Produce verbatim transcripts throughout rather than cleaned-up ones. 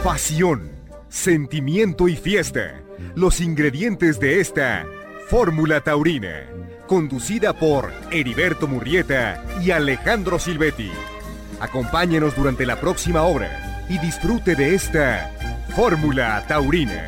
pasión, sentimiento y fiesta. Los ingredientes de esta Fórmula Taurina, conducida por Heriberto Murrieta y Alejandro Silvetti. Acompáñenos durante la próxima hora y disfrute de esta Fórmula Taurina.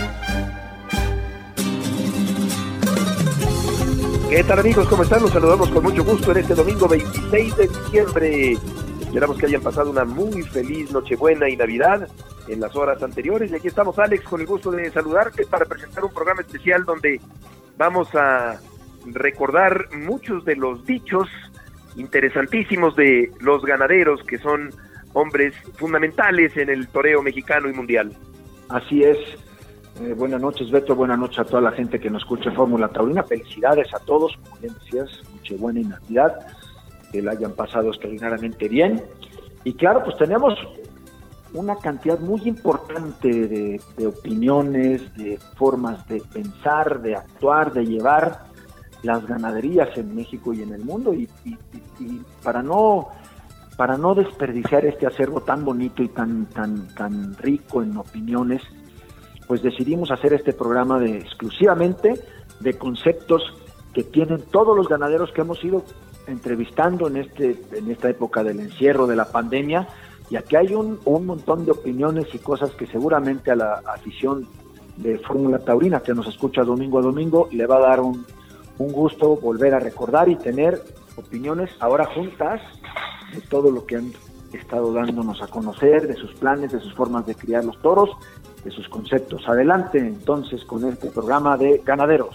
¿Qué tal, amigos? ¿Cómo están? Los saludamos con mucho gusto en este domingo veintiséis de diciembre. Esperamos que hayan pasado una muy feliz Nochebuena y Navidad en las horas anteriores. Y aquí estamos, Alex, con el gusto de saludarte para presentar un programa especial donde vamos a recordar muchos de los dichos interesantísimos de los ganaderos, que son hombres fundamentales en el toreo mexicano y mundial. Así es. Eh, buenas noches, Beto, buenas noches a toda la gente que nos escucha Fórmula Taurina. Felicidades a todos, como bien decías, Nochebuena y Navidad, que la hayan pasado extraordinariamente bien. Y claro, pues tenemos una cantidad muy importante de, de opiniones, de formas de pensar, de actuar, de llevar las ganaderías en México y en el mundo. Y, y, y, y para no para no desperdiciar este acervo tan bonito y tan tan tan rico en opiniones, pues decidimos hacer este programa de exclusivamente de conceptos que tienen todos los ganaderos que hemos ido entrevistando en este en esta época del encierro, de la pandemia, y aquí hay un, un montón de opiniones y cosas que seguramente a la afición de Fórmula Taurina que nos escucha domingo a domingo le va a dar un, un gusto volver a recordar y tener opiniones ahora juntas de todo lo que han estado dándonos a conocer, de sus planes, de sus formas de criar los toros, de sus conceptos. Adelante entonces con este programa de ganaderos.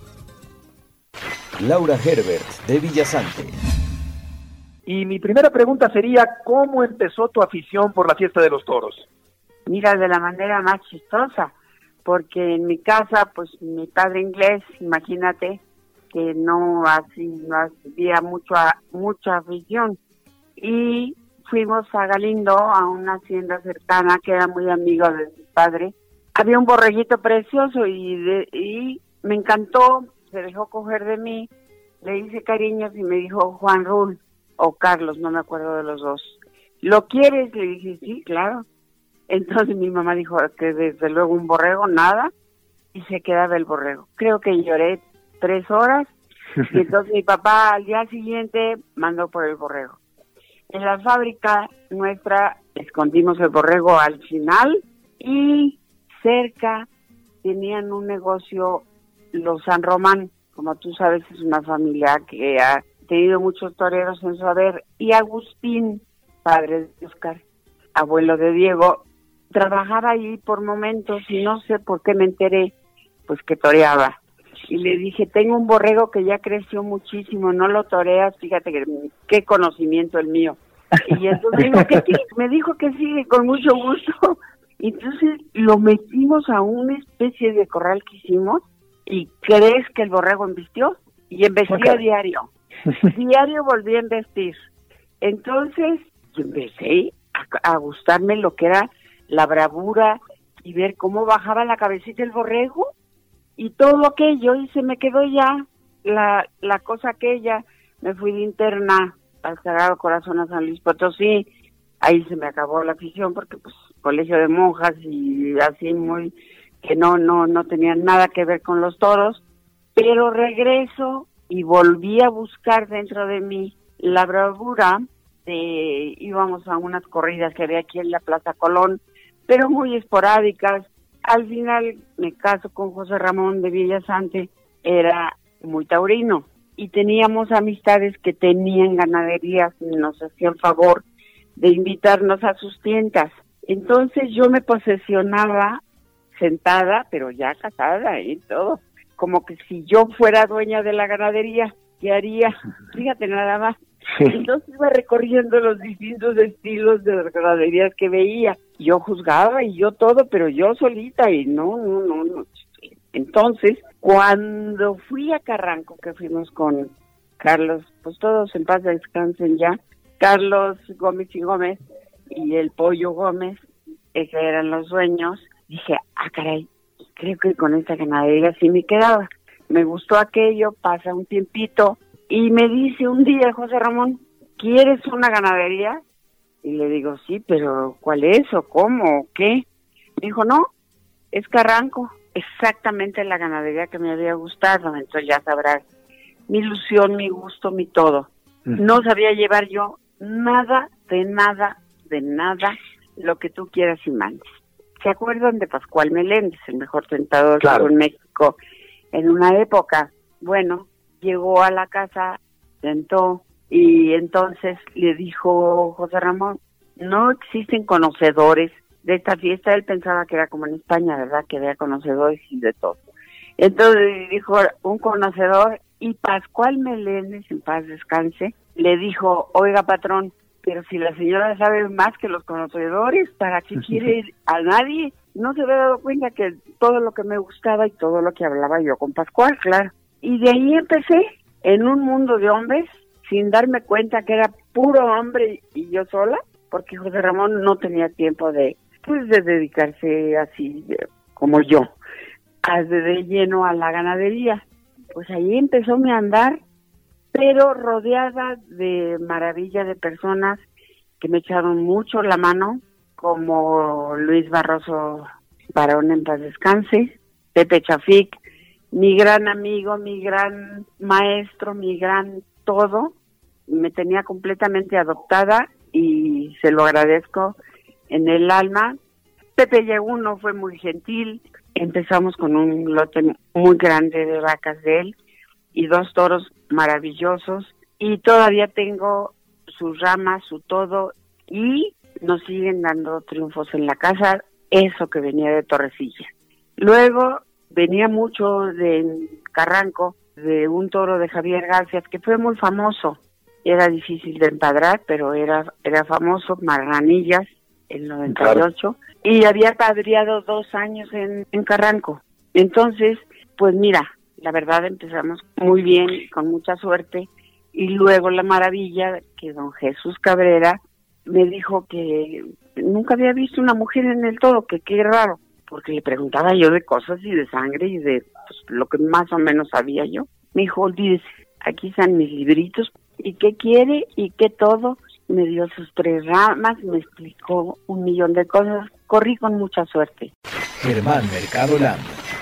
Laura Herbert, de Villasante. Y mi primera pregunta sería, ¿cómo empezó tu afición por la fiesta de los toros? Mira, de la manera más chistosa, porque en mi casa, pues mi padre inglés, imagínate, que no así, no había mucho, mucha afición. Y fuimos a Galindo, a una hacienda cercana que era muy amiga de mi padre. Había un borreguito precioso y, de, y me encantó, se dejó coger de mí, le hice cariños y me dijo Juan Rul o Carlos, no me acuerdo de los dos. ¿Lo quieres? Le dije, sí, claro. Entonces mi mamá dijo que desde luego un borrego, nada, y se quedaba el borrego. Creo que lloré tres horas y entonces mi papá al día siguiente mandó por el borrego. En la fábrica nuestra escondimos el borrego al final y cerca tenían un negocio, los San Román, como tú sabes, es una familia que ha tenido muchos toreros en su haber, y Agustín, padre de Oscar, abuelo de Diego, trabajaba ahí por momentos y no sé por qué me enteré, pues que toreaba. Y le dije, tengo un borrego que ya creció muchísimo, no lo toreas, fíjate que qué conocimiento el mío. Y entonces me dijo que sí, me dijo que sí, con mucho gusto. Entonces lo metimos a una especie de corral que hicimos, y ¿crees que el borrego embistió? Y embestía okay. diario. Diario volví a embestir. Entonces empecé a, a gustarme lo que era la bravura y ver cómo bajaba la cabecita del borrego y todo aquello, y se me quedó ya la, la cosa aquella. Me fui de interna al Sagrado Corazón a San Luis Potosí. Ahí se me acabó la afición porque pues colegio de monjas y así muy que no no no tenían nada que ver con los toros, pero regreso y volví a buscar dentro de mí la bravura de, íbamos a unas corridas que había aquí en la Plaza Colón, pero muy esporádicas. Al final me caso con José Ramón de Villasante, era muy taurino, y teníamos amistades que tenían ganaderías y nos hacían favor de invitarnos a sus tiendas. Entonces yo me posesionaba sentada, pero ya casada y todo, como que si yo fuera dueña de la ganadería, ¿qué haría? Fíjate nada más. Entonces iba recorriendo los distintos estilos de las ganaderías que veía. Yo juzgaba y yo todo, pero yo solita y no, no, no, no. Entonces, cuando fui a Carranco, que fuimos con Carlos, pues todos en paz descansen ya, Carlos Gómez y Gómez y el Pollo Gómez, esos eran los dueños, dije, ah, caray, creo que con esta ganadería sí me quedaba. Me gustó aquello, pasa un tiempito, y me dice un día José Ramón, ¿quieres una ganadería? Y le digo, sí, pero ¿cuál es o cómo o qué? Me dijo, no, es Carranco, exactamente la ganadería que me había gustado. Entonces ya sabrás, mi ilusión, mi gusto, mi todo. No sabía llevar yo nada, de nada, de nada, lo que tú quieras y mandes. ¿Se acuerdan de Pascual Meléndez, el mejor tentador Claro. en México en una época? Bueno, llegó a la casa, sentó, y entonces le dijo José Ramón, no existen conocedores de esta fiesta. Él pensaba que era como en España, ¿verdad? Que había conocedores y de todo. Entonces dijo, un conocedor, y Pascual Meléndez, en paz descanse, le dijo, oiga patrón, pero si la señora sabe más que los conocedores, ¿para qué quiere a nadie? No se había dado cuenta que todo lo que me gustaba y todo lo que hablaba yo con Pascual, claro. Y de ahí empecé, en un mundo de hombres, sin darme cuenta que era puro hombre y yo sola, porque José Ramón no tenía tiempo de, pues, de dedicarse así de, como yo, a, de, de lleno a la ganadería. Pues ahí empezó mi andar, pero rodeada de maravilla de personas que me echaron mucho la mano, como Luis Barroso Barón, en paz descanse, Pepe Chafic, mi gran amigo, mi gran maestro, mi gran todo. Me tenía completamente adoptada y se lo agradezco en el alma. Pepe Yeguno fue muy gentil. Empezamos con un lote muy grande de vacas de él y dos toros maravillosos, y todavía tengo sus ramas, su todo, y nos siguen dando triunfos en la casa, eso que venía de Torrecilla. Luego venía mucho de Carranco, de un toro de Javier García, que fue muy famoso. Era difícil de empadrar, pero era era famoso, Marranillas, el noventa y ocho, claro. Y había padriado dos años en, en Carranco. Entonces, pues mira, la verdad empezamos muy bien, con mucha suerte, y luego la maravilla que don Jesús Cabrera me dijo que nunca había visto una mujer en el toro, que qué raro, porque le preguntaba yo de cosas y de sangre y de pues, lo que más o menos sabía yo. Me dijo, olvídese, aquí están mis libritos, y qué quiere y qué todo. Me dio sus tres ramas, me explicó un millón de cosas, corrí con mucha suerte. Germán Mercado Landa.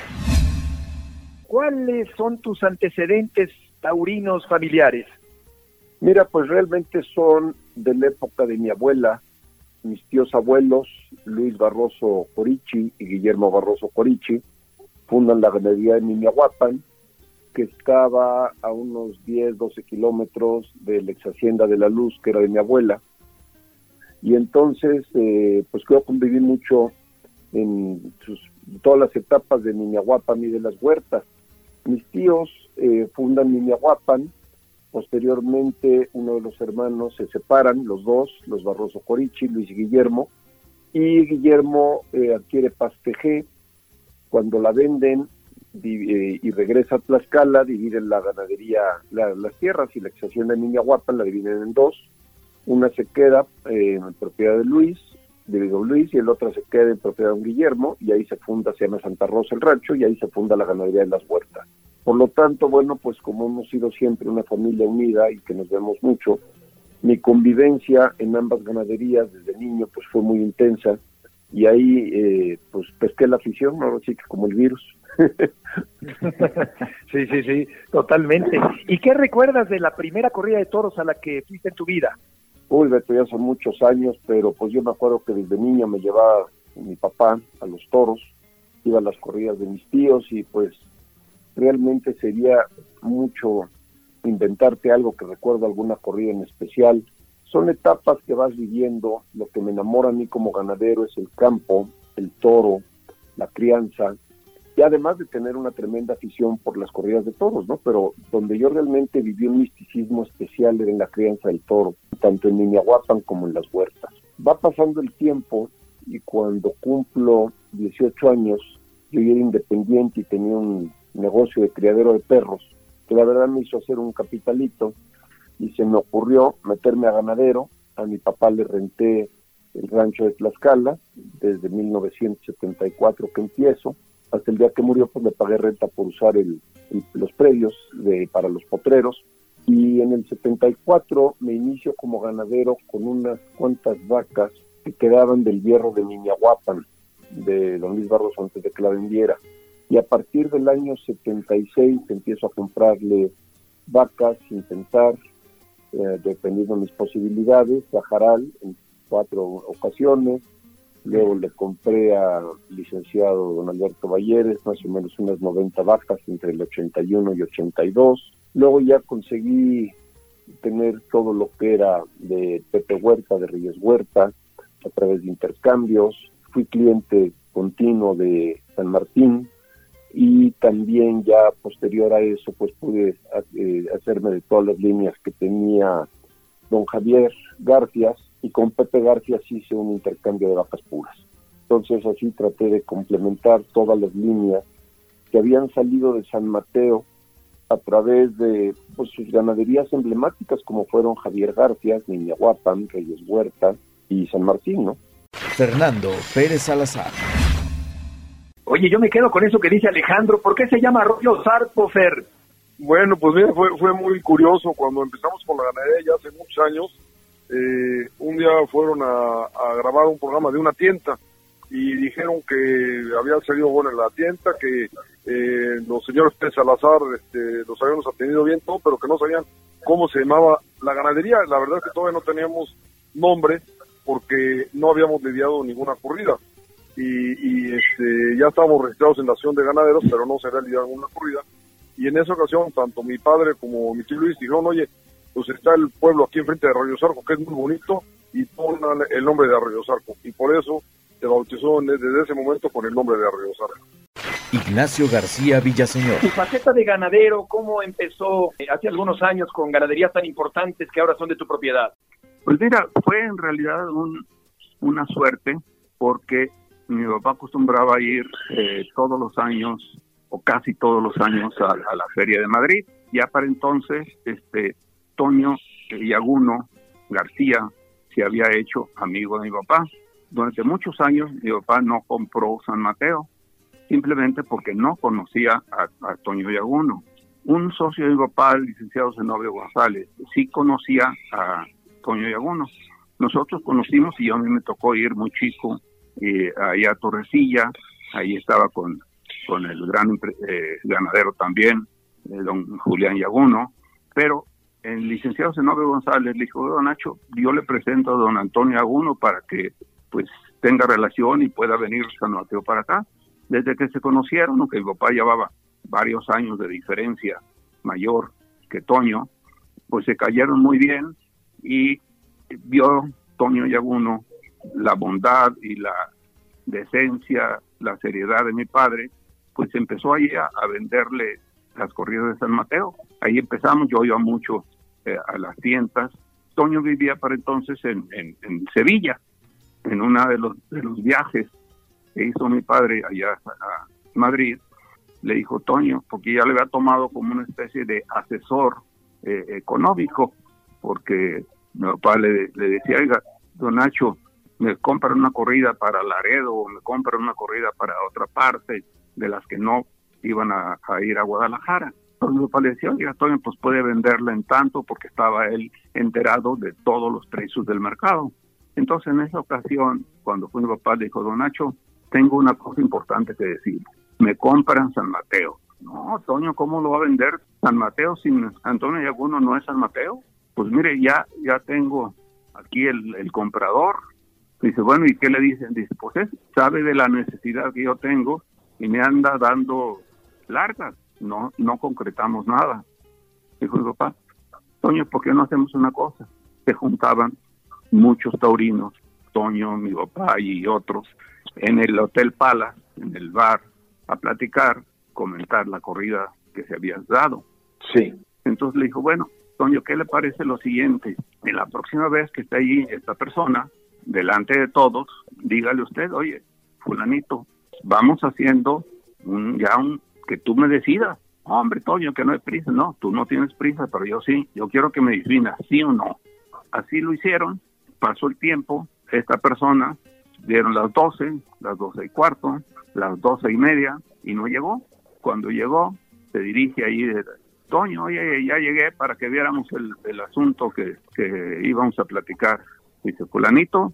¿Cuáles son tus antecedentes taurinos familiares? Mira, pues realmente son de la época de mi abuela. Mis tíos abuelos, Luis Barroso Corichi y Guillermo Barroso Corichi, fundan la ganadería de Miñahuapan, que estaba a unos diez, doce kilómetros de la ex hacienda de la Luz, que era de mi abuela. Y entonces, eh, pues yo conviví mucho en sus, todas las etapas de Miñahuapan y de las huertas. Mis tíos eh, fundan Miñahuapan. Posteriormente, uno de los hermanos se separan, los dos, los Barroso Corichi, Luis y Guillermo, y Guillermo eh, adquiere Pastejé. Cuando la venden di, eh, y regresa a Tlaxcala, dividen la ganadería, la, las tierras y la ex hacienda de Miñahuapan la dividen en dos. Una se queda eh, en propiedad de Luis, de don Luis, y el otro se queda en propiedad de don Guillermo, y ahí se funda, se llama Santa Rosa el rancho, y ahí se funda la ganadería de las huertas. Por lo tanto, bueno, pues como hemos sido siempre una familia unida y que nos vemos mucho, mi convivencia en ambas ganaderías desde niño pues fue muy intensa, y ahí eh, pues pesqué la afición, ¿no? Así que como el virus. Sí, sí, sí, totalmente. ¿Y qué recuerdas de la primera corrida de toros a la que fuiste en tu vida? Uy, Beto, ya son muchos años, pero pues yo me acuerdo que desde niño me llevaba mi papá a los toros, iba a las corridas de mis tíos, y pues realmente sería mucho inventarte algo que recuerdo alguna corrida en especial. Son etapas que vas viviendo. Lo que me enamora a mí como ganadero es el campo, el toro, la crianza, y además de tener una tremenda afición por las corridas de toros, ¿no? Pero donde yo realmente viví un misticismo especial era en la crianza del toro, tanto en Miñahuapan como en las huertas. Va pasando el tiempo, y cuando cumplo dieciocho años, yo ya era independiente y tenía un negocio de criadero de perros, que la verdad me hizo hacer un capitalito, y se me ocurrió meterme a ganadero. A mi papá le renté el rancho de Tlaxcala desde mil novecientos setenta y cuatro que empiezo, hasta el día que murió, pues le pagué renta por usar el, el, los predios de, para los potreros, y en el setenta y cuatro me inicio como ganadero con unas cuantas vacas que quedaban del hierro de Miñahuapan. de don Luis Barroso antes de que la vendiera. Y a partir del año setenta y seis empiezo a comprarle vacas sin pensar, eh, dependiendo de mis posibilidades, a Jaral en cuatro ocasiones. Luego le compré al licenciado don Alberto Valleres más o menos unas noventa vacas entre el ochenta y uno y ochenta y dos. Luego ya conseguí tener todo lo que era de Pepe Huerta, de Reyes Huerta, a través de intercambios. Fui cliente continuo de San Martín y también ya posterior a eso pues pude eh, hacerme de todas las líneas que tenía don Javier Garfias, y con Pepe Garfias hice un intercambio de vacas puras. Entonces así traté de complementar todas las líneas que habían salido de San Mateo a través de pues, sus ganaderías emblemáticas como fueron Javier Garfias, Niñahuapan, Reyes Huerta y San Martín, ¿no? Fernando Pérez Salazar. Oye, yo me quedo con eso que dice Alejandro. ¿Por qué se llama Arroyo Zarco, Fer? Bueno, pues mira, fue, fue muy curioso. Cuando empezamos con la ganadería ya hace muchos años, eh, un día fueron a, a grabar un programa de una tienda y dijeron que había salido bueno en la tienda, que eh, los señores Pérez Salazar este, los habíamos atendido bien todo, pero que no sabían cómo se llamaba la ganadería. La verdad es que todavía no teníamos nombre porque no habíamos lidiado ninguna corrida. Y, y este, ya estábamos registrados en la Asociación de Ganaderos, pero no se había lidiado ninguna corrida. Y en esa ocasión, tanto mi padre como mi tío Luis dijeron, oye, pues está el pueblo aquí enfrente de Arroyo Zarco, que es muy bonito, y pongan el nombre de Arroyo Zarco. Y por eso se bautizó desde ese momento con el nombre de Arroyo Zarco. Ignacio García Villaseñor. Tu faceta de ganadero, ¿cómo empezó eh, hace algunos años con ganaderías tan importantes que ahora son de tu propiedad? Pues mira, fue en realidad un, una suerte, porque mi papá acostumbraba a ir eh, todos los años, o casi todos los años, a, a la Feria de Madrid. Ya para entonces, este Toño Yaguno García se había hecho amigo de mi papá. Durante muchos años mi papá no compró San Mateo, simplemente porque no conocía a, a Toño Yaguno. Un socio de mi papá, el licenciado Zenobio González, sí conocía a Toño Yaguno. Nosotros conocimos y a mí me tocó ir muy chico eh, ahí a Torrecilla. Ahí estaba con, con el gran eh, ganadero también, eh, don Julián Yaguno, pero el licenciado Zenobio González le dijo, don Nacho, yo le presento a don Antonio Yaguno para que pues tenga relación y pueda venir San Mateo para acá. Desde que se conocieron, aunque mi papá llevaba varios años de diferencia mayor que Toño, pues se cayeron muy bien y vio Toño Yaguno la bondad y la decencia, la seriedad de mi padre, pues empezó ahí a, a venderle las corridas de San Mateo. Ahí empezamos, yo iba mucho eh, a las tiendas. Toño vivía para entonces en, en, en Sevilla, en uno de los, de los viajes que hizo mi padre allá a Madrid. Le dijo Toño, porque ya le había tomado como una especie de asesor eh, económico, porque mi papá le, le decía, oiga, don Nacho, me compran una corrida para Laredo o me compran una corrida para otra parte de las que no iban a, a ir a Guadalajara. Entonces mi papá le decía, oiga, Toño, pues puede venderla en tanto, porque estaba él enterado de todos los precios del mercado. Entonces en esa ocasión, cuando fue mi papá, le dijo, don Nacho, tengo una cosa importante que decir, me compran San Mateo. No, Toño, ¿cómo lo va a vender San Mateo sin Antonio Yaguno? ¿No es San Mateo? Pues mire, ya ya tengo aquí el, el comprador. Dice, bueno, ¿y qué le dicen? Dice, pues es, sabe de la necesidad que yo tengo y me anda dando largas. No no concretamos nada. Dijo mi papá, Toño, ¿por qué no hacemos una cosa? Se juntaban muchos taurinos, Toño, mi papá y otros, en el Hotel Palace, en el bar, a platicar, comentar la corrida que se había dado. Sí. Entonces le dijo, bueno, Toño, ¿qué le parece lo siguiente? En la próxima vez que esté allí esta persona, delante de todos, dígale usted, oye, fulanito, vamos haciendo un, ya un, que tú me decidas. Hombre, Toño, que no hay prisa. No, tú no tienes prisa, pero yo sí. Yo quiero que me definas, sí o no. Así lo hicieron, pasó el tiempo, esta persona, dieron las doce, las doce y cuarto, las doce y media, y no llegó. Cuando llegó, se dirige ahí de Toño, oye, ya llegué para que viéramos el, el asunto que, que íbamos a platicar. Dice, fulanito,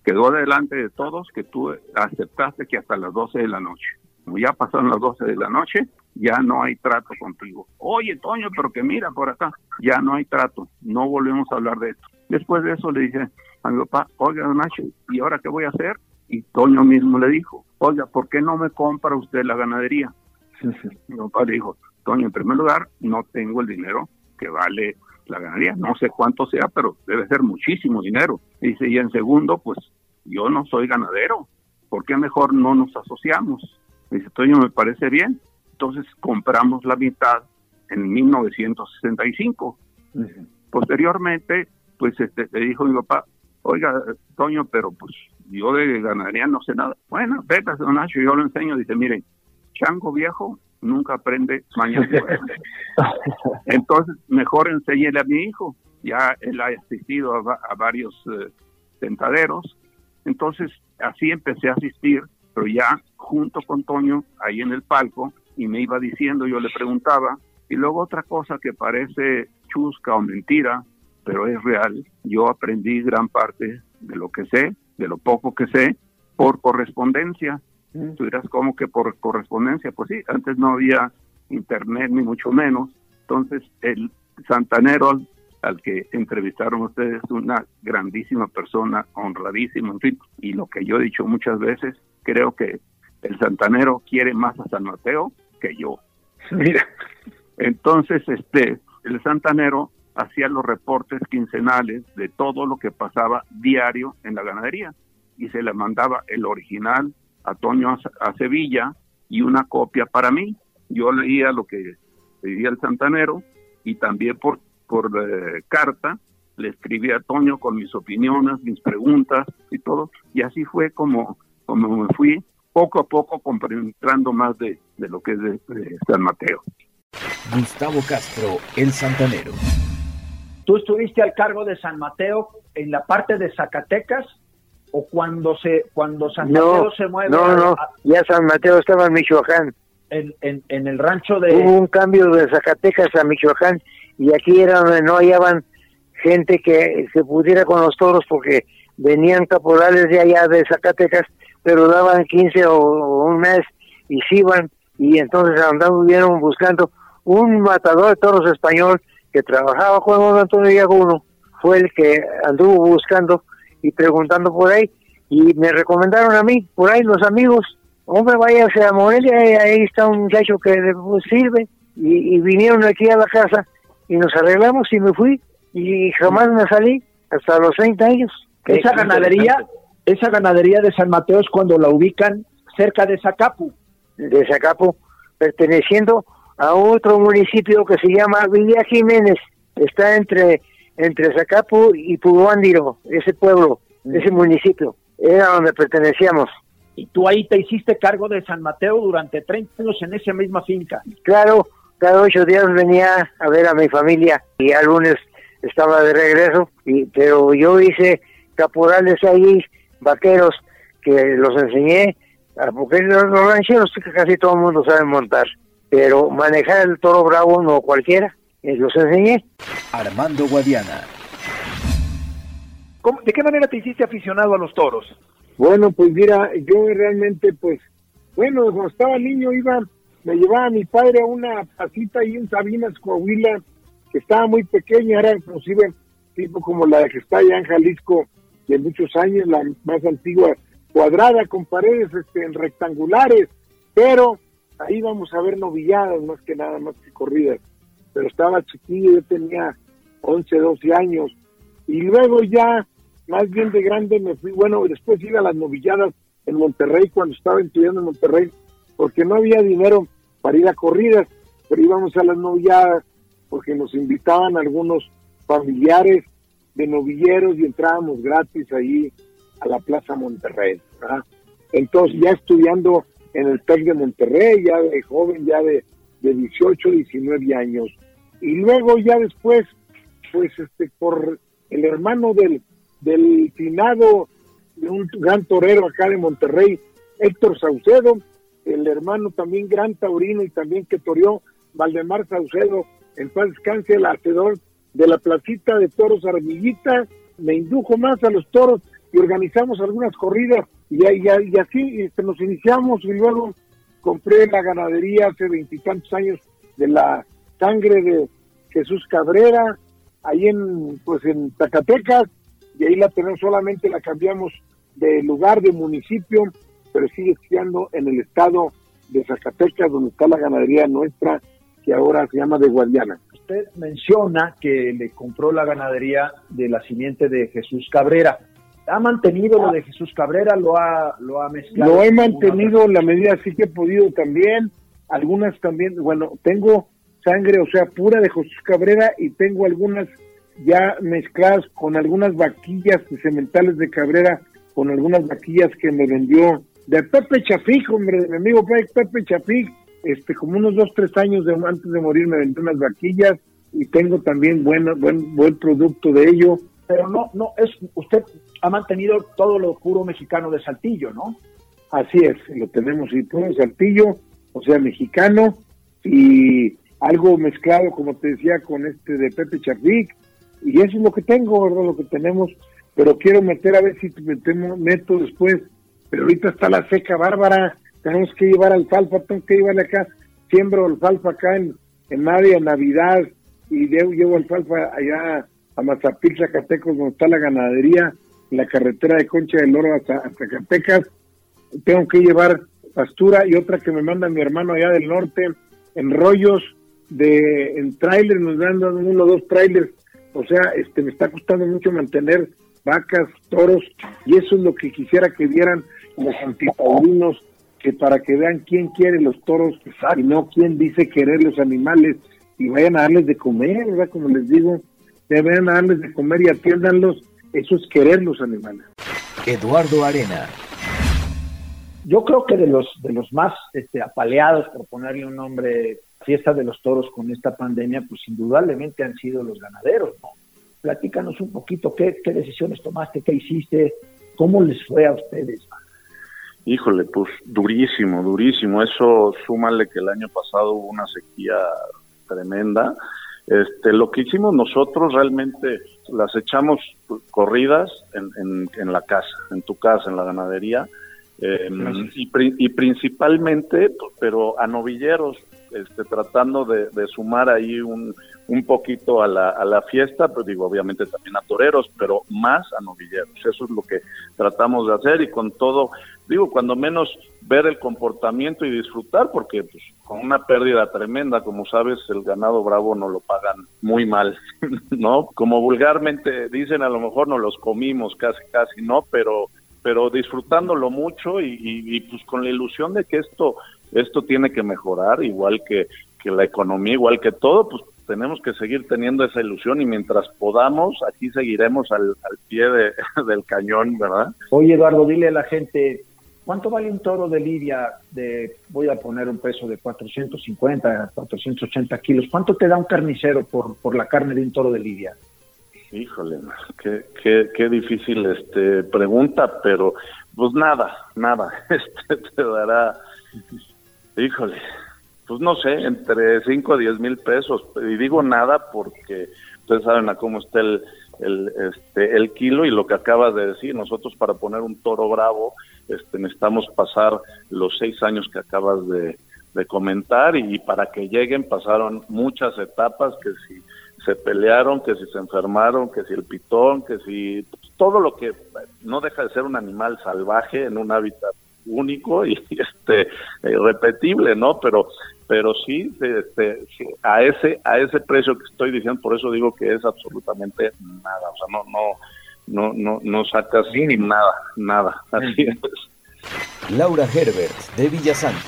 quedó delante de todos que tú aceptaste que hasta las doce de la noche. Como ya pasaron las doce de la noche, ya no hay trato contigo. Oye, Toño, pero que mira por acá, ya no hay trato, no volvemos a hablar de esto. Después de eso le dije a mi papá, oiga, don Nacho, ¿y ahora qué voy a hacer? Y Toño mismo le dijo, oiga, ¿por qué no me compra usted la ganadería? Sí, sí. Mi papá le dijo, Toño, en primer lugar, no tengo el dinero que vale la ganadería, no sé cuánto sea, pero debe ser muchísimo dinero. Y dice, y en segundo, pues yo no soy ganadero, ¿por qué mejor no nos asociamos? Dice, Toño, me parece bien. Entonces compramos la mitad en mil novecientos sesenta y cinco. Uh-huh. Posteriormente, pues este, le dijo mi papá, oiga, Toño, pero pues yo de ganadería no sé nada. Bueno, vete, don Nacho, yo lo enseño. Dice, miren, chango viejo nunca aprende mañas nuevas. Entonces, mejor enséñele a mi hijo. Ya él ha asistido a, a varios eh, tentaderos. Entonces, así empecé a asistir, pero ya junto con Toño, ahí en el palco, y me iba diciendo, yo le preguntaba. Y luego otra cosa que parece chusca o mentira, pero es real, yo aprendí gran parte de lo que sé, de lo poco que sé, por correspondencia. Mm. Tú dirás, ¿cómo que por correspondencia? Pues sí, antes no había internet, ni mucho menos. Entonces, el santanero al, al que entrevistaron ustedes, una grandísima persona, honradísima, en fin. Y lo que yo he dicho muchas veces, creo que el santanero quiere más a San Mateo que yo. Mira. Entonces, este, el santanero hacía los reportes quincenales de todo lo que pasaba diario en la ganadería y se le mandaba el original a Toño a, a Sevilla y una copia para mí. Yo leía lo que pedía el santanero y también por, por eh, carta le escribía a Toño con mis opiniones, mis preguntas y todo, y así fue como, como me fui poco a poco comprendiendo más de, de lo que es de, de San Mateo. Gustavo Castro, el santanero. ¿Tú estuviste al cargo de San Mateo en la parte de Zacatecas o cuando se cuando San no, Mateo se mueve? No, a, no, a, ya San Mateo estaba en Michoacán. En, en, en el rancho de... Hubo un cambio de Zacatecas a Michoacán y aquí era donde no hallaban gente que se pudiera con los toros porque venían caporales de allá de Zacatecas, pero daban quince o, o un mes y se iban y entonces anduvieron buscando un matador de toros español que trabajaba con don Antonio Yaguno, fue el que anduvo buscando y preguntando por ahí, y me recomendaron a mí, por ahí los amigos, hombre, váyase a Morelia, ahí está un muchacho que pues, sirve, y, y vinieron aquí a la casa, y nos arreglamos, y me fui, y jamás me salí, hasta los treinta años. Esa ganadería, esa ganadería de San Mateo es cuando la ubican cerca de Zacapu. De Zacapu, perteneciendo a otro municipio que se llama Villa Jiménez, está entre entre Zacapu y Puguándiro, ese pueblo, mm. ese municipio, era donde pertenecíamos. ¿Y tú ahí te hiciste cargo de San Mateo durante treinta años en esa misma finca? Claro, cada ocho días venía a ver a mi familia y el lunes estaba de regreso, y pero yo hice caporales ahí, vaqueros, que los enseñé, porque los rancheros casi todo el mundo sabe montar, pero manejar el toro bravo no cualquiera, los enseñé. Armando Guadiana. ¿Cómo, ¿De qué manera te hiciste aficionado a los toros? Bueno, pues mira, yo realmente, pues, bueno, cuando estaba niño iba, me llevaba a mi padre a una placita ahí en Sabinas, Coahuila, que estaba muy pequeña, era inclusive tipo como la que está allá en Jalisco de muchos años, la más antigua, cuadrada, con paredes este, rectangulares, pero ahí vamos a ver novilladas más que nada, más que corridas. Pero estaba chiquillo, yo tenía once, doce años, y luego ya, más bien de grande, me fui, bueno, después iba a las novilladas en Monterrey, cuando estaba estudiando en Monterrey, porque no había dinero para ir a corridas, pero íbamos a las novilladas, porque nos invitaban algunos familiares de novilleros y entrábamos gratis ahí a la Plaza Monterrey, ¿verdad? Entonces, ya estudiando en el T E C de Monterrey, ya de joven, ya de, de dieciocho, diecinueve años. Y luego ya después, pues este por el hermano del, del finado, de un gran torero acá de Monterrey, Héctor Saucedo, el hermano también gran taurino y también que toreó, Valdemar Saucedo, en paz descanse, el hacedor de la placita de toros Armillita, me indujo más a los toros y organizamos algunas corridas y, y, y así este, nos iniciamos y luego compré la ganadería hace veintitantos años de la sangre de Jesús Cabrera, ahí en pues en Zacatecas, y ahí la tenemos, solamente la cambiamos de lugar, de municipio, pero sigue siendo en el estado de Zacatecas, donde está la ganadería nuestra, que ahora se llama de Guadiana. Usted menciona que le compró la ganadería de la simiente de Jesús Cabrera. ¿Ha mantenido lo de Jesús Cabrera? ¿Lo ha, lo ha mezclado? Lo he mantenido en la medida así que he podido también. Algunas también, bueno, tengo sangre, o sea, pura de Jesús Cabrera, y tengo algunas ya mezcladas con algunas vaquillas sementales de Cabrera, con algunas vaquillas que me vendió de Pepe Chafik, hombre, de mi amigo Pepe Chafik, este, como unos dos, tres años de, antes de morir me vendió unas vaquillas, y tengo también buen, buen, buen producto de ello. Pero no, no, es usted ha mantenido todo lo puro mexicano de Saltillo, ¿no? Así es, lo tenemos, y puro Saltillo, o sea, mexicano, y algo mezclado, como te decía, con este de Pepe Chafik, y eso es lo que tengo, ¿verdad? Lo que tenemos, pero quiero meter, a ver si metemos, meto después, pero ahorita está la seca bárbara, tenemos que llevar alfalfa, tengo que llevarle acá, siembro alfalfa acá en, en Navidad, Navidad, y llevo, llevo alfalfa allá a Mazapil, Zacatecas, donde está la ganadería, en la carretera de Concha del Oro hasta, hasta Zacatecas. Tengo que llevar pastura, y otra que me manda mi hermano allá del norte, en rollos, de en tráiler, nos dan uno o dos trailers, o sea, este me está costando mucho mantener vacas, toros, y eso es lo que quisiera que vieran los antitaurinos, que para que vean quién quiere los toros y no quién dice querer los animales, y vayan a darles de comer, ¿verdad? Como les digo, deben darles de comer y atiéndanlos, eso es querer los animales. Eduardo Arena. Yo creo que de los de los más este, apaleados, por ponerle un nombre, fiesta de los toros con esta pandemia, pues indudablemente han sido los ganaderos, ¿no? Platícanos un poquito, ¿qué, qué decisiones tomaste, qué hiciste, cómo les fue a ustedes? Híjole, pues durísimo, durísimo. Eso súmale que el año pasado hubo una sequía tremenda. Este, lo que hicimos nosotros realmente las echamos corridas en, en, en la casa, en tu casa, en la ganadería, eh, y, y principalmente, pero a novilleros, este, tratando de, de sumar ahí un, un poquito a la, a la fiesta, pues digo, obviamente también a toreros, pero más a novilleros. Eso es lo que tratamos de hacer, y con todo, digo, cuando menos ver el comportamiento y disfrutar, porque pues con una pérdida tremenda, como sabes, el ganado bravo no lo pagan muy mal, ¿no? Como vulgarmente dicen, a lo mejor no los comimos casi, casi, ¿no? Pero pero disfrutándolo mucho y, y, y pues con la ilusión de que esto esto tiene que mejorar, igual que, que la economía, igual que todo, pues tenemos que seguir teniendo esa ilusión, y mientras podamos, aquí seguiremos al, al pie de, del cañón, ¿verdad? Oye, Eduardo, dile a la gente, ¿cuánto vale un toro de lidia de, voy a poner un peso de cuatrocientos cincuenta, cuatrocientos ochenta kilos? ¿Cuánto te da un carnicero por, por la carne de un toro de lidia? Híjole, qué, qué, qué difícil este pregunta, pero pues nada, nada, este te dará, híjole, pues no sé, entre cinco a diez mil pesos, y digo nada porque ustedes saben a cómo está el, el, este, el kilo, y lo que acabas de decir, nosotros para poner un toro bravo, este, necesitamos pasar los seis años que acabas de, de comentar, y para que lleguen pasaron muchas etapas, que si se pelearon, que si se enfermaron, que si el pitón, que si todo lo que no deja de ser un animal salvaje en un hábitat único y este irrepetible, ¿no? Pero pero sí, este, sí, a ese a ese precio que estoy diciendo, por eso digo que es absolutamente nada, o sea, no no no no no sacas ni nada, nada, así es. Laura Herbert, de Villasante.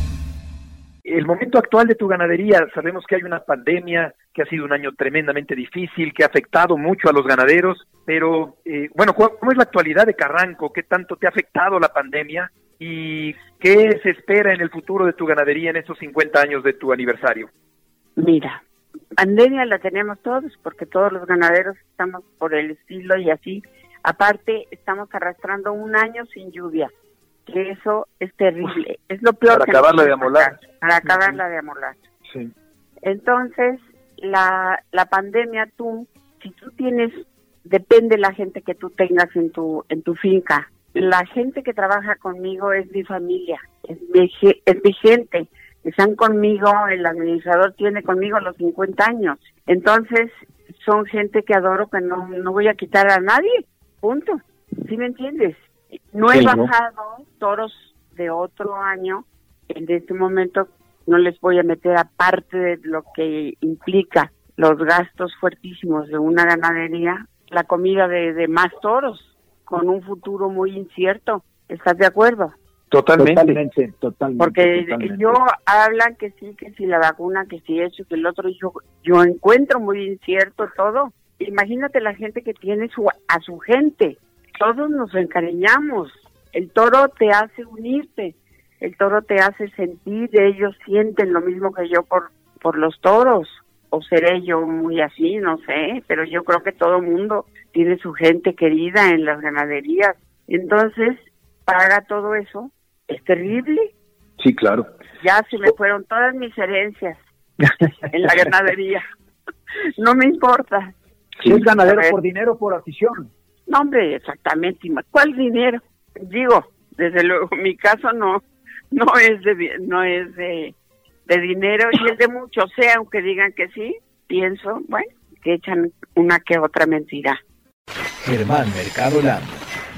El momento actual de tu ganadería, sabemos que hay una pandemia, que ha sido un año tremendamente difícil, que ha afectado mucho a los ganaderos, pero eh, bueno, ¿cómo es la actualidad de Carranco? ¿Qué tanto te ha afectado la pandemia? ¿Y qué se espera en el futuro de tu ganadería en estos cincuenta años de tu aniversario? Mira, pandemia la tenemos todos, porque todos los ganaderos estamos por el estilo y así. Aparte, estamos arrastrando un año sin lluvia, que eso es terrible, es lo peor. Para acabarla de amolar. Para acabarla de amolar. Sí. Entonces, la, la pandemia, tú, si tú tienes depende la gente que tú tengas en tu en tu finca. La gente que trabaja conmigo es mi familia, es mi, es mi gente. Están conmigo, el administrador tiene conmigo los cincuenta años. Entonces, son gente que adoro, que no, no voy a quitar a nadie, punto. ¿Sí me entiendes? No he sí, bajado ¿no? toros de otro año. En este momento no les voy a meter aparte de lo que implica los gastos fuertísimos de una ganadería, la comida de, de más toros, con un futuro muy incierto. ¿Estás de acuerdo? Totalmente, totalmente, totalmente. Porque totalmente. yo hablan que sí, que si la vacuna, que si eso, que el otro, yo yo encuentro muy incierto todo. Imagínate la gente que tiene su a su gente. Todos nos encariñamos. El toro te hace unirte. El toro te hace sentir, ellos sienten lo mismo que yo por por los toros. O seré yo muy así, no sé, pero yo creo que todo mundo tiene su gente querida en las ganaderías. Entonces, paga todo eso, es terrible. Sí, claro. Ya se me fueron todas mis herencias en la ganadería. No me importa. Si es ganadero por dinero o por afición. No, hombre, exactamente. ¿Cuál dinero? Digo, desde luego, mi caso no, no es de, no es de, de dinero y es de mucho. Sea, aunque digan que sí, pienso, bueno, que echan una que otra mentira. Germán Mercado Landa.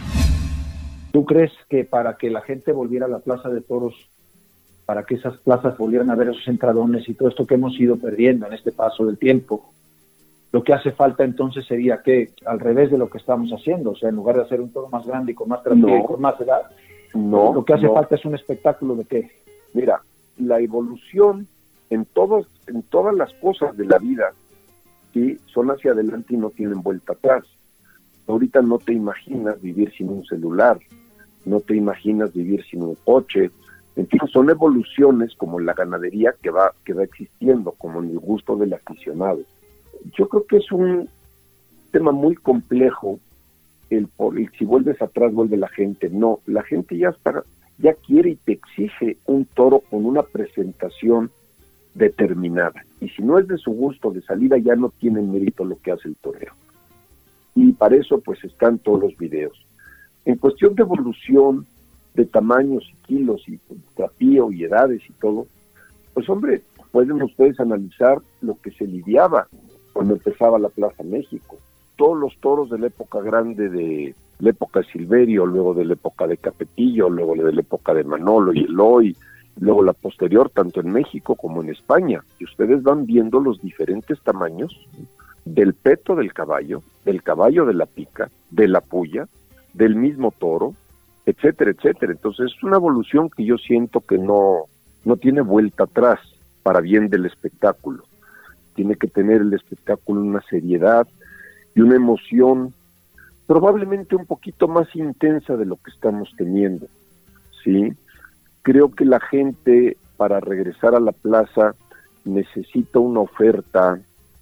¿Tú crees que para que la gente volviera a la Plaza de Toros, para que esas plazas volvieran a ver esos entradones y todo esto que hemos ido perdiendo en este paso del tiempo, lo que hace falta entonces sería que, al revés de lo que estamos haciendo, o sea, en lugar de hacer un toro más grande y con más trasero no, y con más edad, no, lo que hace no. falta es un espectáculo de qué? Mira, la evolución en todos, en todas las cosas de la vida, sí, son hacia adelante y no tienen vuelta atrás. Ahorita no te imaginas vivir sin un celular, no te imaginas vivir sin un coche. Entonces son evoluciones como la ganadería que va que va existiendo, como en el gusto del aficionado. Yo creo que es un tema muy complejo el, el si vuelves atrás vuelve la gente. No, la gente ya está, ya quiere y te exige un toro con una presentación determinada. Y si no es de su gusto de salida, ya no tiene mérito lo que hace el torero. Y para eso pues están todos los videos. En cuestión de evolución, de tamaños y kilos y trapío y edades y todo, pues hombre, pueden ustedes analizar lo que se lidiaba cuando empezaba la Plaza México. Todos los toros de la época grande de la época de Silverio, luego de la época de Capetillo, luego de la época de Manolo y Eloy, luego la posterior, tanto en México como en España. Y ustedes van viendo los diferentes tamaños del peto del caballo, del caballo de la pica, de la puya, del mismo toro, etcétera, etcétera. Entonces es una evolución que yo siento que no, no tiene vuelta atrás para bien del espectáculo. Tiene que tener el espectáculo una seriedad y una emoción probablemente un poquito más intensa de lo que estamos teniendo, ¿sí? Creo que la gente, para regresar a la plaza, necesita una oferta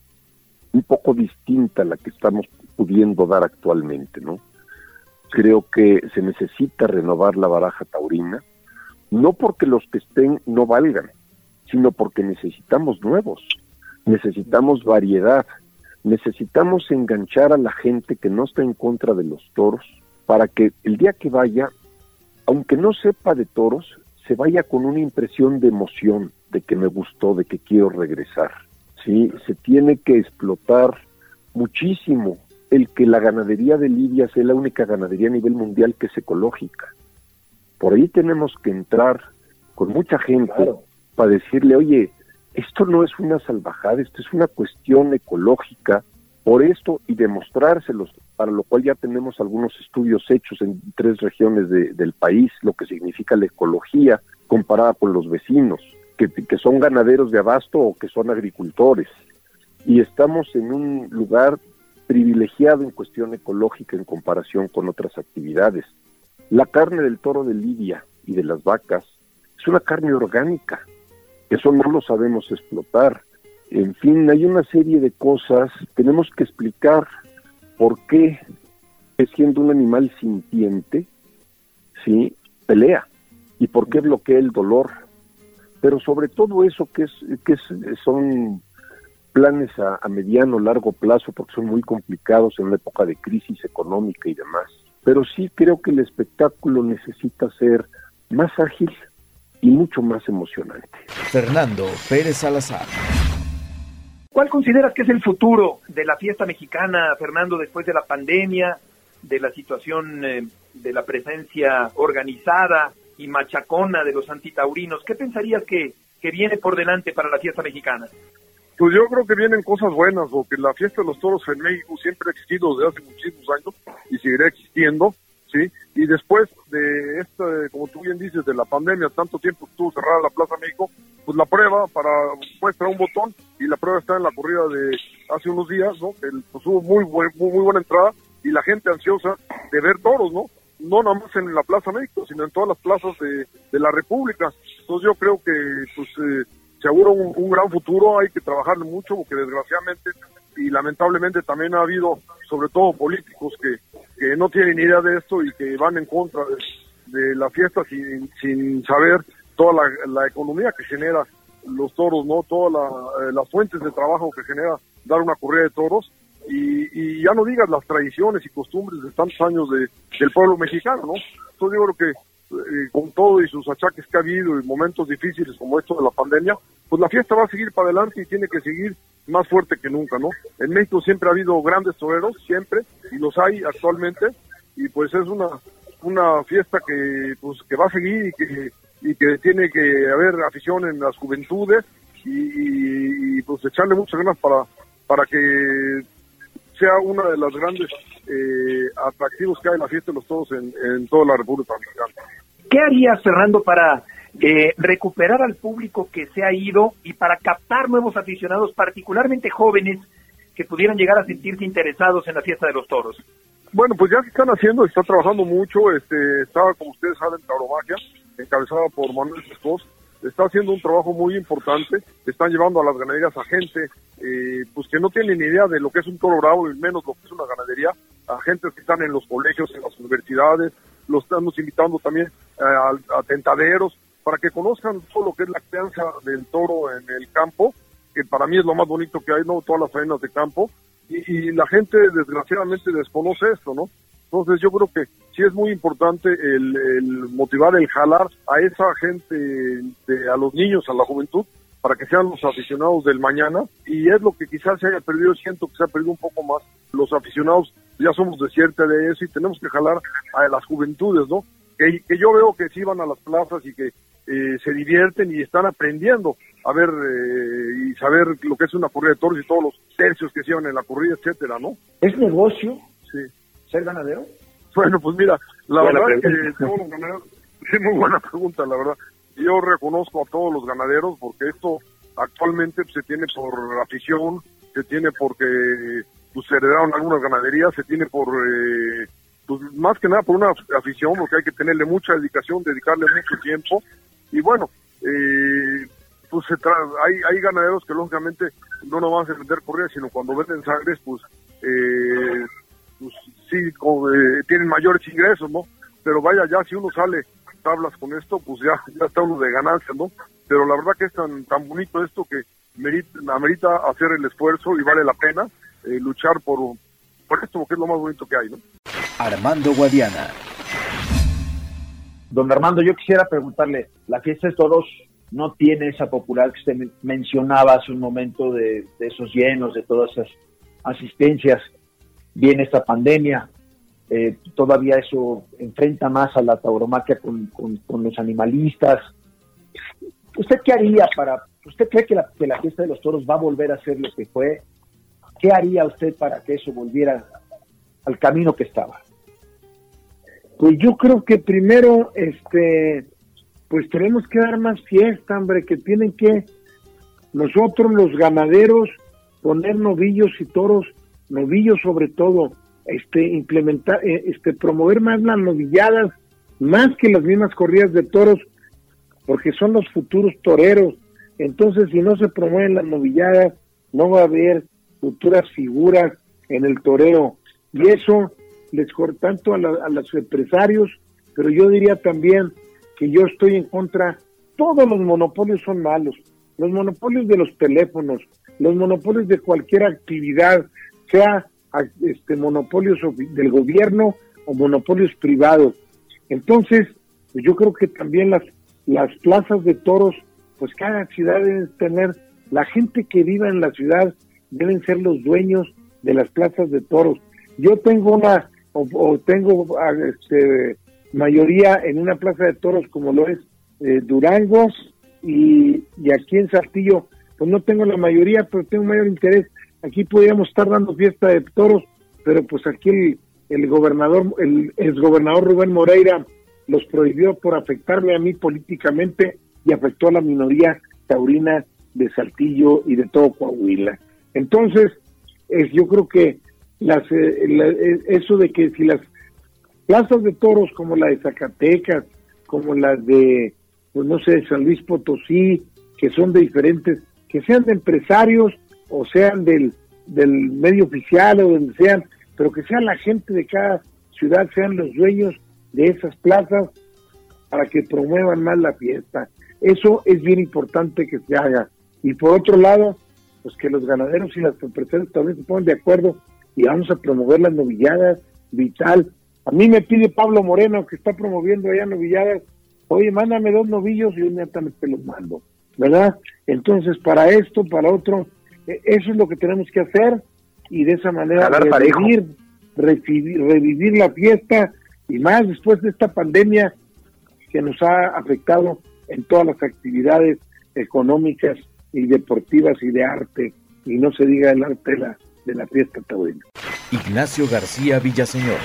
un poco distinta a la que estamos pudiendo dar actualmente, ¿no? Creo que se necesita renovar la baraja taurina, no porque los que estén no valgan, sino porque necesitamos nuevos, necesitamos variedad, necesitamos enganchar a la gente que no está en contra de los toros, para que el día que vaya, aunque no sepa de toros, se vaya con una impresión de emoción, de que me gustó, de que quiero regresar. Sí, se tiene que explotar muchísimo el que la ganadería de Lidia sea la única ganadería a nivel mundial que es ecológica. Por ahí tenemos que entrar con mucha gente, claro, para decirle, oye, esto no es una salvajada, esto es una cuestión ecológica, por esto, y demostrárselos, para lo cual ya tenemos algunos estudios hechos en tres regiones de, del país, lo que significa la ecología comparada con los vecinos, que, que son ganaderos de abasto o que son agricultores, y estamos en un lugar privilegiado en cuestión ecológica en comparación con otras actividades. La carne del toro de Lidia y de las vacas es una carne orgánica, eso no lo sabemos explotar. En fin, hay una serie de cosas, tenemos que explicar por qué, siendo un animal sintiente, sí, pelea, y por qué bloquea el dolor, pero sobre todo eso que es que es, son planes a, a mediano, largo plazo, porque son muy complicados en una época de crisis económica y demás. Pero sí creo que el espectáculo necesita ser más ágil y mucho más emocionante. Fernando Pérez Salazar. ¿Cuál consideras que es el futuro de la fiesta mexicana, Fernando, después de la pandemia, de la situación eh, de la presencia organizada y machacona de los antitaurinos? ¿Qué pensarías que, que viene por delante para la fiesta mexicana? Pues yo creo que vienen cosas buenas, porque la fiesta de los toros en México siempre ha existido desde hace muchísimos años y seguirá existiendo, ¿sí? Y después de esta, como tú bien dices, de la pandemia, tanto tiempo estuvo cerrada la Plaza México, pues la prueba para muestra un botón, y la prueba está en la corrida de hace unos días, ¿no? Que pues hubo muy, buen, muy, muy buena entrada y la gente ansiosa de ver toros, ¿no? No nada más en la Plaza México, sino en todas las plazas de, de la República. Entonces yo creo que pues eh, se augura un, un gran futuro, hay que trabajarle mucho, porque desgraciadamente y lamentablemente también ha habido, sobre todo políticos, que, que no tienen idea de esto y que van en contra de, de la fiesta sin, sin saber toda la, la economía que genera los toros, ¿no? Todas la, eh, las fuentes de trabajo que genera dar una corrida de toros, y, y ya no digas las tradiciones y costumbres de tantos años de, del pueblo mexicano, ¿no? Entonces yo creo que eh, con todo y sus achaques que ha habido y momentos difíciles como esto de la pandemia, pues la fiesta va a seguir para adelante y tiene que seguir más fuerte que nunca, ¿no? En México siempre ha habido grandes toreros, siempre, y los hay actualmente, y pues es una una fiesta que pues que va a seguir y que y que tiene que haber afición en las juventudes y, y, y pues echarle muchas ganas para para que sea una de las grandes eh, atractivos que hay en la fiesta de los toros en, en toda la República Mexicana. ¿Qué harías, Fernando, para eh, recuperar al público que se ha ido y para captar nuevos aficionados, particularmente jóvenes, que pudieran llegar a sentirse interesados en la fiesta de los toros? Bueno, pues ya se están haciendo, se está trabajando mucho, este, está, como ustedes saben, Tauromaquia, encabezada por Manuel Pescos, está haciendo un trabajo muy importante, están llevando a las ganaderías a gente, eh, pues que no tienen ni idea de lo que es un toro bravo y menos lo que es una ganadería, a gente que están en los colegios, en las universidades, los estamos invitando también eh, a, a tentaderos, para que conozcan todo lo que es la crianza del toro en el campo, que para mí es lo más bonito que hay, ¿no? Todas las faenas de campo, y, y la gente desgraciadamente desconoce esto, ¿no? Entonces yo creo que sí es muy importante el, el motivar, el jalar a esa gente, de, a los niños, a la juventud, para que sean los aficionados del mañana, y es lo que quizás se haya perdido, siento que se ha perdido un poco más. Los aficionados ya somos de cierta de eso y tenemos que jalar a las juventudes, ¿no? Que, que yo veo que sí van a las plazas y que eh, se divierten y están aprendiendo a ver eh, y saber lo que es una corrida de toros y todos los tercios que se llevan en la corrida, etcétera, ¿no? ¿Es negocio sí. ser ganadero? Bueno, pues mira, la buena verdad pregunta. es que todos los ganaderos, sí, muy buena pregunta, la verdad. Yo reconozco a todos los ganaderos porque esto actualmente se tiene por afición, se tiene porque pues, se heredaron algunas ganaderías, se tiene por, eh, pues más que nada por una afición, porque hay que tenerle mucha dedicación, dedicarle mucho tiempo. Y bueno, eh, pues se tra- hay, hay ganaderos que lógicamente no nos van a vender corridas, sino cuando venden sangres, pues, eh, pues sí, como, eh, tienen mayores ingresos, ¿no? Pero vaya, ya si uno sale tablas con esto, pues ya, ya está uno de ganancia, ¿no? Pero la verdad que es tan, tan bonito esto que merita, amerita hacer el esfuerzo y vale la pena eh, luchar por, por esto, porque es lo más bonito que hay, ¿no? Armando Guadiana. Don Armando, yo quisiera preguntarle, la fiesta de toros no tiene esa popularidad que usted mencionaba hace un momento de, de esos llenos, de todas esas asistencias. Viene esta pandemia, eh, todavía eso enfrenta más a la tauromaquia con, con, con los animalistas. ¿Usted qué haría para, usted cree que la, que la fiesta de los toros va a volver a ser lo que fue? ¿Qué haría usted para que eso volviera al camino que estaba? Pues yo creo que primero, este, pues tenemos que dar más fiesta, hombre, que tienen que nosotros los ganaderos poner novillos y toros, novillos sobre todo, este, implementar, este, promover más las novilladas, más que las mismas corridas de toros, porque son los futuros toreros. Entonces, si no se promueven las novilladas, no va a haber futuras figuras en el toreo, y eso les corta tanto a, la, a los empresarios, pero yo diría también que yo estoy en contra. Todos los monopolios son malos, los monopolios de los teléfonos, los monopolios de cualquier actividad, sea este monopolios del gobierno o monopolios privados. Entonces, pues yo creo que también las, las plazas de toros, pues cada ciudad debe tener, la gente que viva en la ciudad deben ser los dueños de las plazas de toros. Yo tengo una, o, o tengo este, mayoría en una plaza de toros como lo es eh, Durango, y, y aquí en Saltillo, pues no tengo la mayoría, pero tengo mayor interés. Aquí podríamos estar dando fiesta de toros, pero pues aquí el, el gobernador, el exgobernador Rubén Moreira los prohibió por afectarme a mí políticamente y afectó a la minoría taurina de Saltillo y de todo Coahuila. Entonces, es, yo creo que las eh, la, eso de que si las plazas de toros como la de Zacatecas, como las de, pues no sé, San Luis Potosí, que son de diferentes, que sean de empresarios o sean del, del medio oficial o donde sean, pero que sean la gente de cada ciudad, sean los dueños de esas plazas para que promuevan más la fiesta. Eso es bien importante que se haga. Y por otro lado, pues que los ganaderos y las empresarios también se pongan de acuerdo y vamos a promover las novilladas, vital. A mí me pide Pablo Moreno, que está promoviendo allá novilladas, oye, mándame dos novillos y yo inmediatamente los mando, ¿verdad? Entonces, para esto, para otro, eso es lo que tenemos que hacer y de esa manera revivir, revivir, revivir la fiesta y más después de esta pandemia que nos ha afectado en todas las actividades económicas y deportivas y de arte, y no se diga el arte de la, de la fiesta taurina. Ignacio García Villaseñor.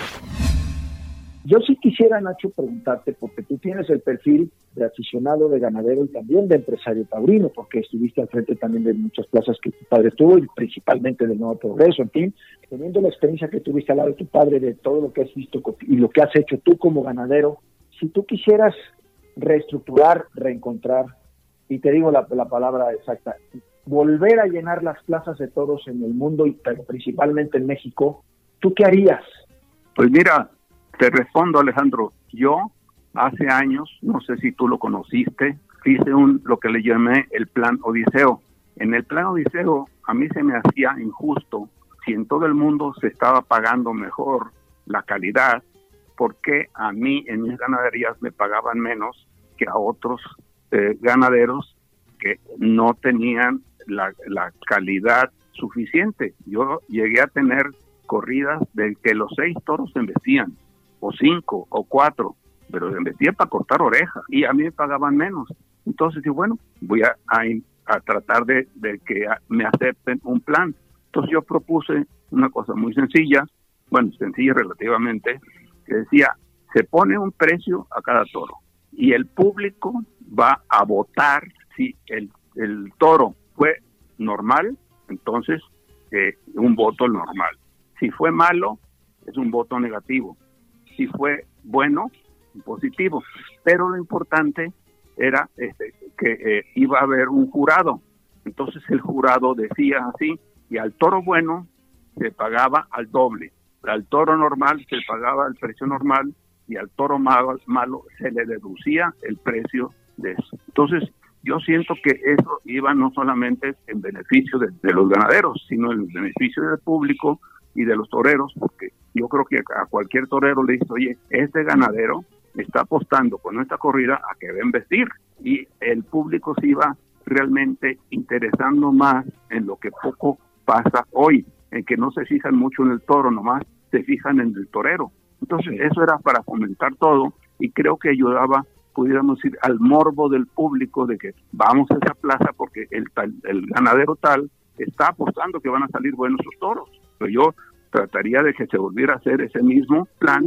Yo sí quisiera, Nacho, preguntarte, porque tú tienes el perfil de aficionado, de ganadero y también de empresario taurino, porque estuviste al frente también de muchas plazas que tu padre tuvo, y principalmente del Nuevo Progreso, en fin, teniendo la experiencia que tuviste al lado de tu padre, de todo lo que has visto y lo que has hecho tú como ganadero, si tú quisieras reestructurar, reencontrar, y te digo la, la palabra exacta, volver a llenar las plazas de toros en el mundo, y pero principalmente en México, ¿tú qué harías? Pues mira, te respondo, Alejandro. Yo hace años, no sé si tú lo conociste, hice un lo que le llamé el Plan Odiseo. En el Plan Odiseo a mí se me hacía injusto, si en todo el mundo se estaba pagando mejor la calidad, ¿por qué a mí en mis ganaderías me pagaban menos que a otros eh, ganaderos que no tenían la, la calidad suficiente? Yo llegué a tener corridas de que los seis toros se embestían, o cinco, o cuatro, pero se embestían para cortar orejas, y a mí me pagaban menos. Entonces, yo, bueno, voy a, a, a tratar de, de que me acepten un plan. Entonces yo propuse una cosa muy sencilla, bueno, sencilla relativamente, que decía, se pone un precio a cada toro, y el público va a votar si el, el toro fue normal, entonces eh, un voto normal. Si fue malo, es un voto negativo. Si fue bueno, positivo. Pero lo importante era este, que eh, iba a haber un jurado. Entonces el jurado decía así, y al toro bueno se pagaba al doble. Al toro normal se pagaba el precio normal, y al toro malo, malo se le deducía el precio de eso. Entonces yo siento que eso iba no solamente en beneficio de, de los ganaderos, sino en beneficio del público y de los toreros, porque yo creo que a cualquier torero le dice, oye, este ganadero está apostando con esta corrida a que va a investir, y el público se iba realmente interesando más en lo que poco pasa hoy, en que no se fijan mucho en el toro, nomás se fijan en el torero. Entonces eso era para fomentar todo, y creo que ayudaba, pudiéramos decir, al morbo del público de que vamos a esa plaza porque el, tal, el ganadero tal está apostando que van a salir buenos sus toros. Pero yo trataría de que se volviera a hacer ese mismo plan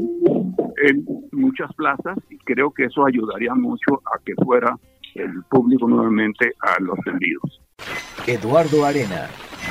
en muchas plazas, y creo que eso ayudaría mucho a que fuera el público nuevamente a los tendidos. Eduardo Arena.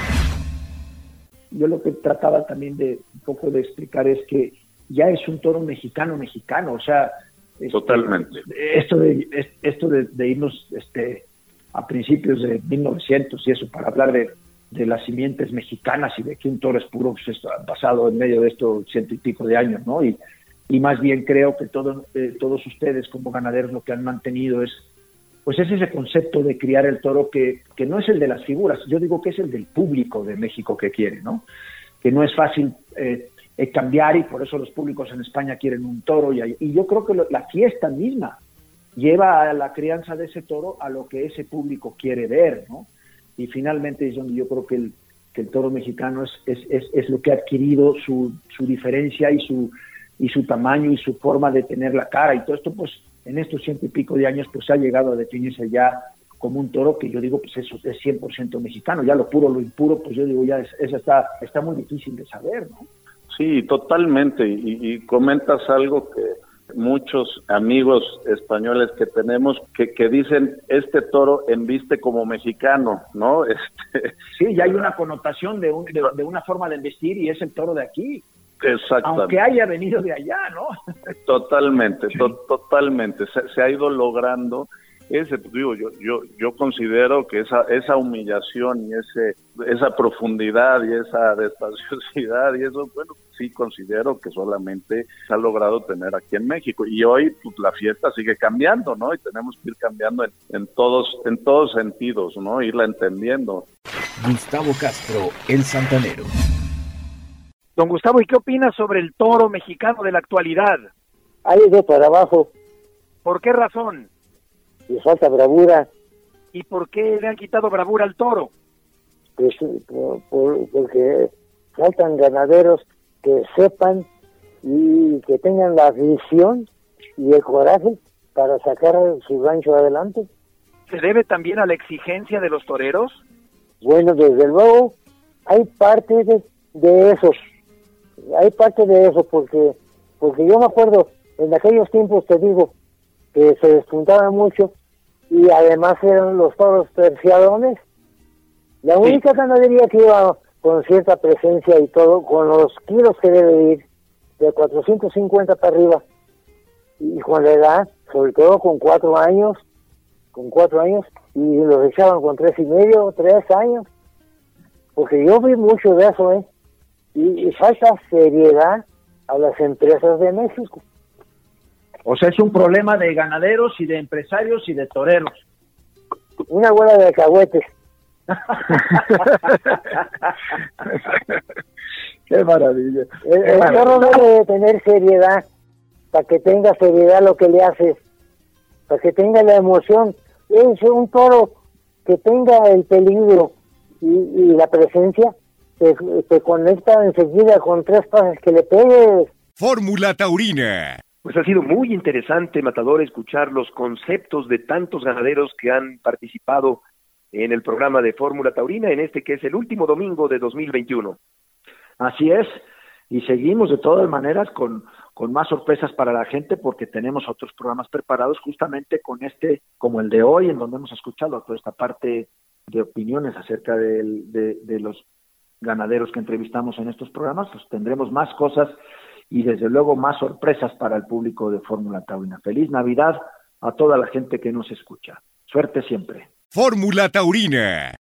Yo lo que trataba también de un poco de explicar es que ya es un toro mexicano mexicano, o sea, este, totalmente. Esto de esto de, de irnos este a principios de mil novecientos y eso para hablar de de las simientes mexicanas y de que un toro es puro, pues esto ha pasado en medio de estos ciento y pico de años, ¿no? Y, y más bien creo que todo, eh, todos ustedes como ganaderos lo que han mantenido es pues es ese concepto de criar el toro que, que no es el de las figuras, yo digo que es el del público de México que quiere, ¿no? Que no es fácil eh, eh, cambiar, y por eso los públicos en España quieren un toro, y, y yo creo que lo, la fiesta misma lleva a la crianza de ese toro a lo que ese público quiere ver, ¿no? Y finalmente es donde yo creo que el, que el toro mexicano es, es, es, es lo que ha adquirido su, su diferencia y su, y su tamaño y su forma de tener la cara, y todo esto pues en estos ciento y pico de años pues ha llegado a definirse ya como un toro que yo digo pues eso es cien por ciento mexicano. Ya lo puro, lo impuro, pues yo digo ya es, eso está, está muy difícil de saber, ¿no? Sí, totalmente, y, y comentas algo que muchos amigos españoles que tenemos que, que dicen este toro embiste como mexicano, ¿no? Este... Sí, ya hay una connotación de, un, de, de una forma de embestir, y es el toro de aquí. Exactamente. Aunque haya venido de allá, ¿no? Totalmente, sí. to, totalmente. Se, se ha ido logrando ese, digo, yo, yo, yo considero que esa, esa humillación y ese, esa profundidad y esa despaciosidad y eso, bueno, sí considero que solamente se ha logrado tener aquí en México. Y hoy pues, la fiesta sigue cambiando, ¿no? Y tenemos que ir cambiando en, en todos, en todos sentidos, ¿no? Irla entendiendo. Gustavo Castro, el Santanero. Don Gustavo, ¿y qué opinas sobre el toro mexicano de la actualidad? Ha ido para abajo. ¿Por qué razón? Le falta bravura. ¿Y por qué le han quitado bravura al toro? Pues por, por, porque faltan ganaderos que sepan y que tengan la visión y el coraje para sacar su rancho adelante. ¿Se debe también a la exigencia de los toreros? Bueno, desde luego hay parte de, de eso. Hay parte de eso porque porque yo me acuerdo en aquellos tiempos, te digo, que se despuntaba mucho y además eran los toros terciadones. La única sí. ganadería que iba con cierta presencia y todo, con los kilos que debe ir, de cuatrocientos cincuenta para arriba, y con la edad, sobre todo con cuatro años, con cuatro años, y los echaban con tres y medio, tres años, porque yo vi mucho de eso, ¿eh? Y, y falta seriedad a las empresas de México. O sea, es un problema de ganaderos y de empresarios y de toreros. Una bola de alcahuetes. Qué maravilla. El, el toro debe tener seriedad, para que tenga seriedad lo que le haces, para que tenga la emoción. Es un toro que tenga el peligro y, y la presencia, te, te conecta enseguida con tres pases que le pegues. Fórmula Taurina. Pues ha sido muy interesante, Matador, escuchar los conceptos de tantos ganaderos que han participado en el programa de Fórmula Taurina, en este que es el último domingo de dos mil veintiuno. Así es, y seguimos de todas maneras con, con más sorpresas para la gente, porque tenemos otros programas preparados justamente con este, como el de hoy, en donde hemos escuchado toda esta parte de opiniones acerca de, de, de los ganaderos que entrevistamos en estos programas. Pues tendremos más cosas y desde luego más sorpresas para el público de Fórmula Taurina. Feliz Navidad a toda la gente que nos escucha. Suerte siempre. Fórmula Taurina.